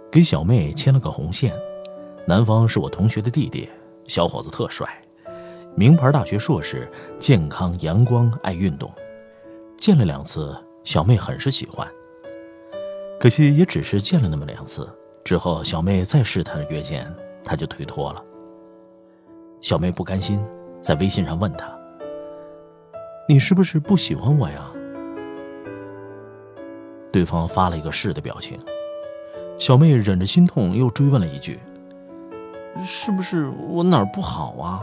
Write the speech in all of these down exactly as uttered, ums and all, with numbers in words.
给小妹牵了个红线。男方是我同学的弟弟，小伙子特帅，名牌大学硕士，健康阳光，爱运动。见了两次，小妹很是喜欢。可惜也只是见了那么两次，之后小妹再试探约见，他就推脱了。小妹不甘心，在微信上问他：你是不是不喜欢我呀？对方发了一个是的表情。小妹忍着心痛又追问了一句：是不是我哪儿不好啊？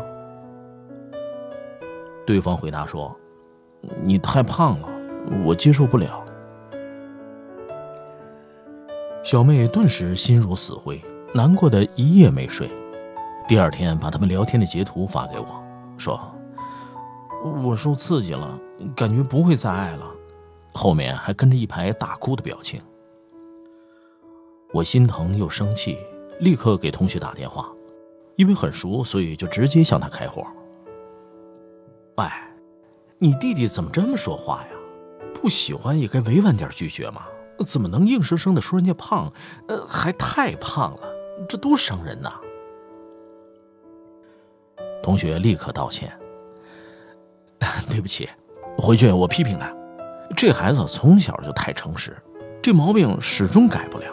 对方回答说：你太胖了，我接受不了。小妹顿时心如死灰，难过的一夜没睡。第二天把他们聊天的截图发给我，说我受刺激了，感觉不会再爱了，后面还跟着一排大哭的表情。我心疼又生气，立刻给同学打电话，因为很熟，所以就直接向他开火。喂，你弟弟怎么这么说话呀？不喜欢也该委婉点拒绝嘛，怎么能硬生生的说人家胖，呃，还太胖了，这多伤人呐！同学立刻道歉，对不起，回去我批评他，这孩子从小就太诚实，这毛病始终改不了。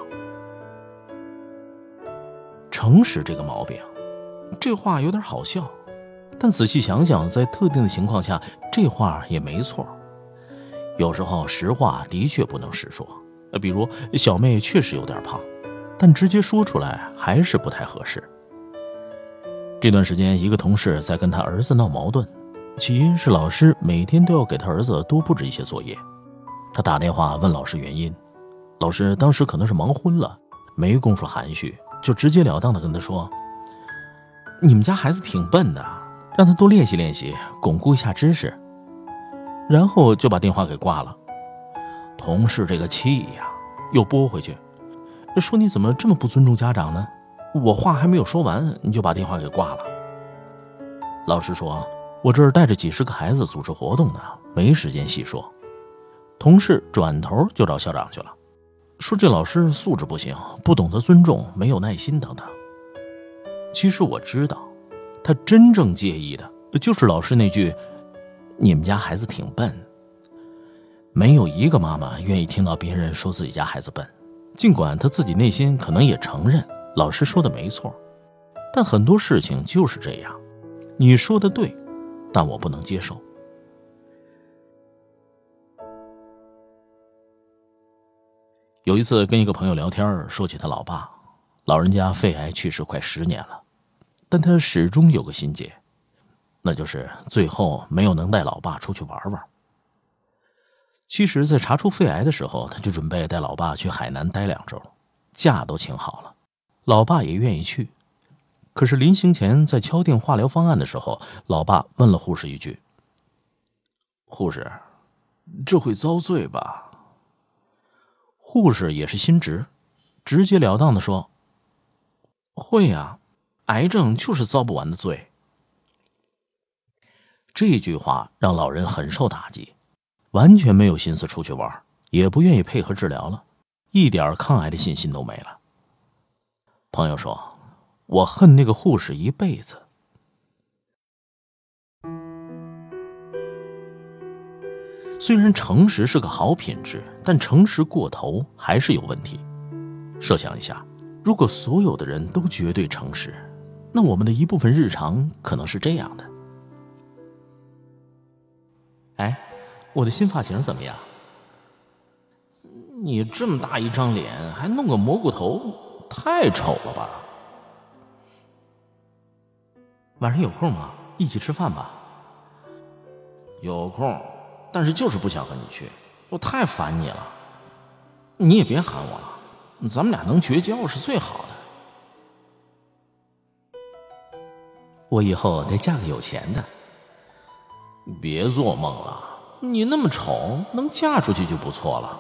诚实这个毛病，这话有点好笑，但仔细想想，在特定的情况下，这话也没错。有时候实话的确不能实说，比如小妹确实有点胖，但直接说出来还是不太合适。这段时间，一个同事在跟他儿子闹矛盾，起因是老师每天都要给他儿子多布置一些作业。他打电话问老师原因，老师当时可能是忙昏了，没工夫含蓄，就直截了当的跟他说：你们家孩子挺笨的，让他多练习练习，巩固一下知识。然后就把电话给挂了。同事这个气呀，又拨回去，说你怎么这么不尊重家长呢？我话还没有说完，你就把电话给挂了。老师说，我这儿带着几十个孩子组织活动呢，没时间细说。同事转头就找校长去了，说这老师素质不行，不懂得尊重，没有耐心等等。其实我知道，他真正介意的就是老师那句你们家孩子挺笨。没有一个妈妈愿意听到别人说自己家孩子笨，尽管他自己内心可能也承认老师说的没错，但很多事情就是这样，你说的对，但我不能接受。有一次跟一个朋友聊天，说起他老爸，老人家肺癌去世快十年了，但他始终有个心结，那就是最后没有能带老爸出去玩玩。其实在查出肺癌的时候，他就准备带老爸去海南待两周，假都请好了，老爸也愿意去。可是临行前在敲定化疗方案的时候，老爸问了护士一句：护士，这会遭罪吧？护士也是心直，直截了当的说：会啊，癌症就是遭不完的罪。这句话让老人很受打击，完全没有心思出去玩，也不愿意配合治疗了，一点抗癌的信心都没了。朋友说，我恨那个护士一辈子。虽然诚实是个好品质，但诚实过头还是有问题。设想一下，如果所有的人都绝对诚实，那我们的一部分日常可能是这样的：哎，我的新发型怎么样？你这么大一张脸，还弄个蘑菇头，太丑了吧？晚上有空吗？一起吃饭吧。有空，但是就是不想和你去，我太烦你了。你也别喊我了，咱们俩能绝交是最好的。我以后得嫁个有钱的。别做梦了，你那么丑，能嫁出去就不错了。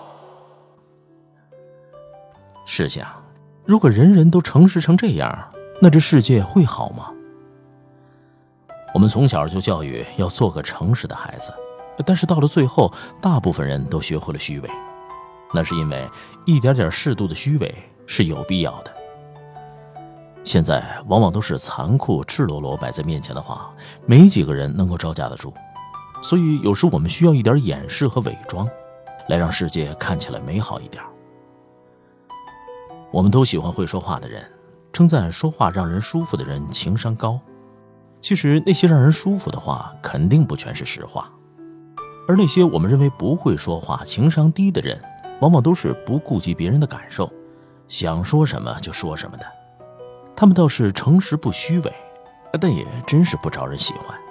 试想，如果人人都诚实成这样，那这世界会好吗？我们从小就教育要做个诚实的孩子，但是到了最后，大部分人都学会了虚伪。那是因为一点点适度的虚伪是有必要的。现在往往都是残酷赤裸裸摆在面前的话，没几个人能够招架得住。所以有时我们需要一点掩饰和伪装，来让世界看起来美好一点。我们都喜欢会说话的人，称赞说话让人舒服的人情商高。其实那些让人舒服的话肯定不全是实话，而那些我们认为不会说话情商低的人，往往都是不顾及别人的感受，想说什么就说什么的。他们倒是诚实不虚伪，但也真是不招人喜欢。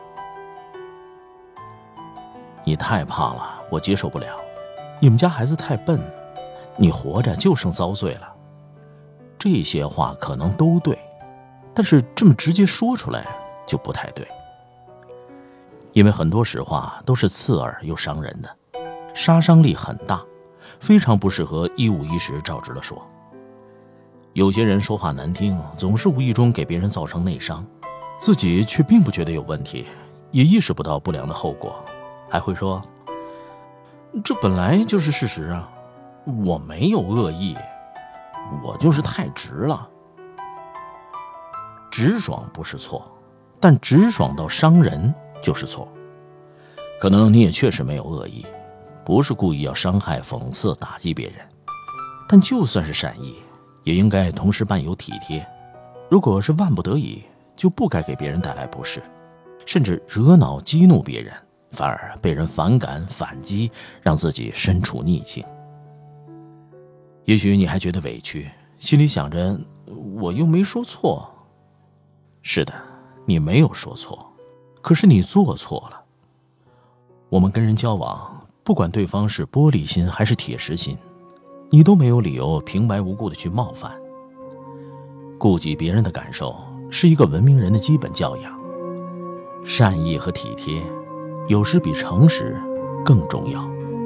你太胖了，我接受不了。你们家孩子太笨，你活着就剩遭罪了。这些话可能都对，但是这么直接说出来就不太对。因为很多实话都是刺耳又伤人的，杀伤力很大，非常不适合一五一十照直了说。有些人说话难听，总是无意中给别人造成内伤，自己却并不觉得有问题，也意识不到不良的后果，还会说这本来就是事实啊，我没有恶意，我就是太直了。直爽不是错，但直爽到伤人就是错。可能你也确实没有恶意，不是故意要伤害、讽刺、打击别人，但就算是善意，也应该同时伴有体贴。如果是万不得已，就不该给别人带来不适，甚至惹恼激怒别人，反而被人反感反击，让自己身处逆境。也许你还觉得委屈，心里想着我又没说错。是的，你没有说错，可是你做错了。我们跟人交往，不管对方是玻璃心还是铁石心，你都没有理由平白无故的去冒犯。顾及别人的感受是一个文明人的基本教养，善意和体贴有时比诚实更重要。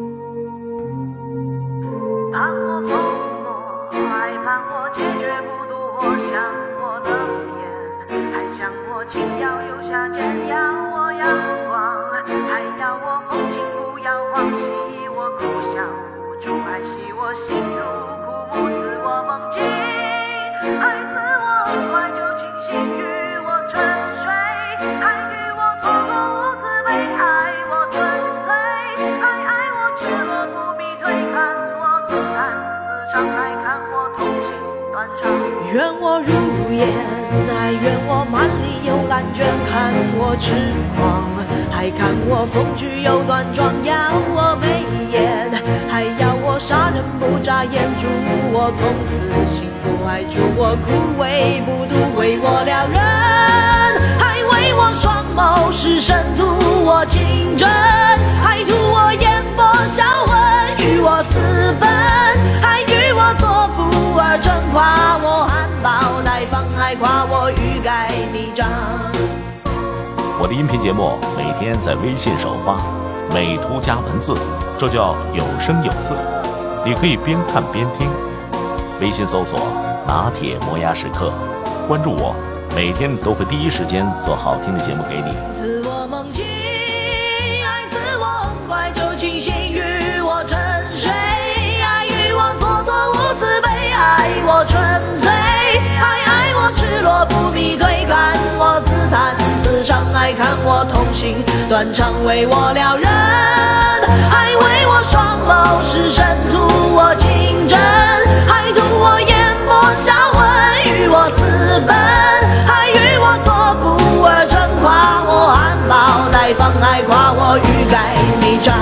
盼我疯魔，还盼我解决不渡，我想我冷眼，还想我轻摇又下贱，要我阳光，还要我风景不要忘记我哭笑无助，还系我心如枯木，赐我梦境，还赐我怀旧清醒，与我沉睡，还与我错过无慈悲，爱我纯粹，还爱我赤裸不迷退，看我自弹自唱，还看我痛心断肠。愿我如烟，还愿我满里有感觉，看我痴狂，还看我风趣又端庄，要我眉眼，还要我杀人不眨眼，祝我从此幸福，还祝我枯萎不渡，为我撩人，还为我双眸是深图我情真，还图我眼波销魂，与我私奔，还与我做不二臣，夸我含苞待放，还夸我欲盖弥彰。 我的音频节目每天在微信首发，美图加文字，这叫有声有色。你可以边看边听，微信搜索拿铁磨牙时刻，关注我，每天都会第一时间做好听的节目给你。 赐我梦境，爱赐我怀旧清醒，与我沉睡，爱与我蹉跎无慈悲，爱我纯粹，还爱我赤裸不迷退，看我自弹自唱，还看我痛心断肠，为我撩人，还为我双眸是深图我情真，还图我眼波销魂，与我私奔，还与我做不二臣，夸我含苞待放，还夸我欲盖弥彰。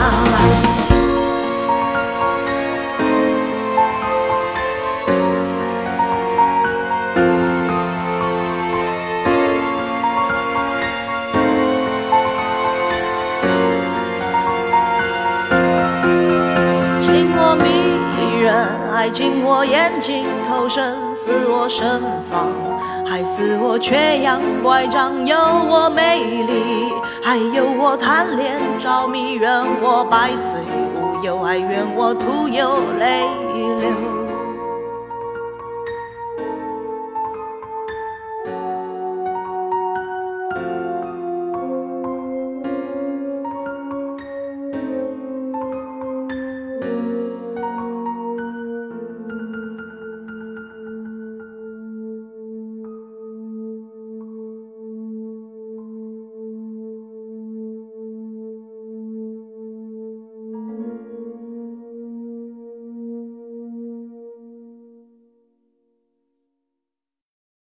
还进我眼睛投身，似我身房，还似我缺氧乖张，有我美丽，还有我贪恋着迷，愿我百岁无忧，还愿我徒有泪流。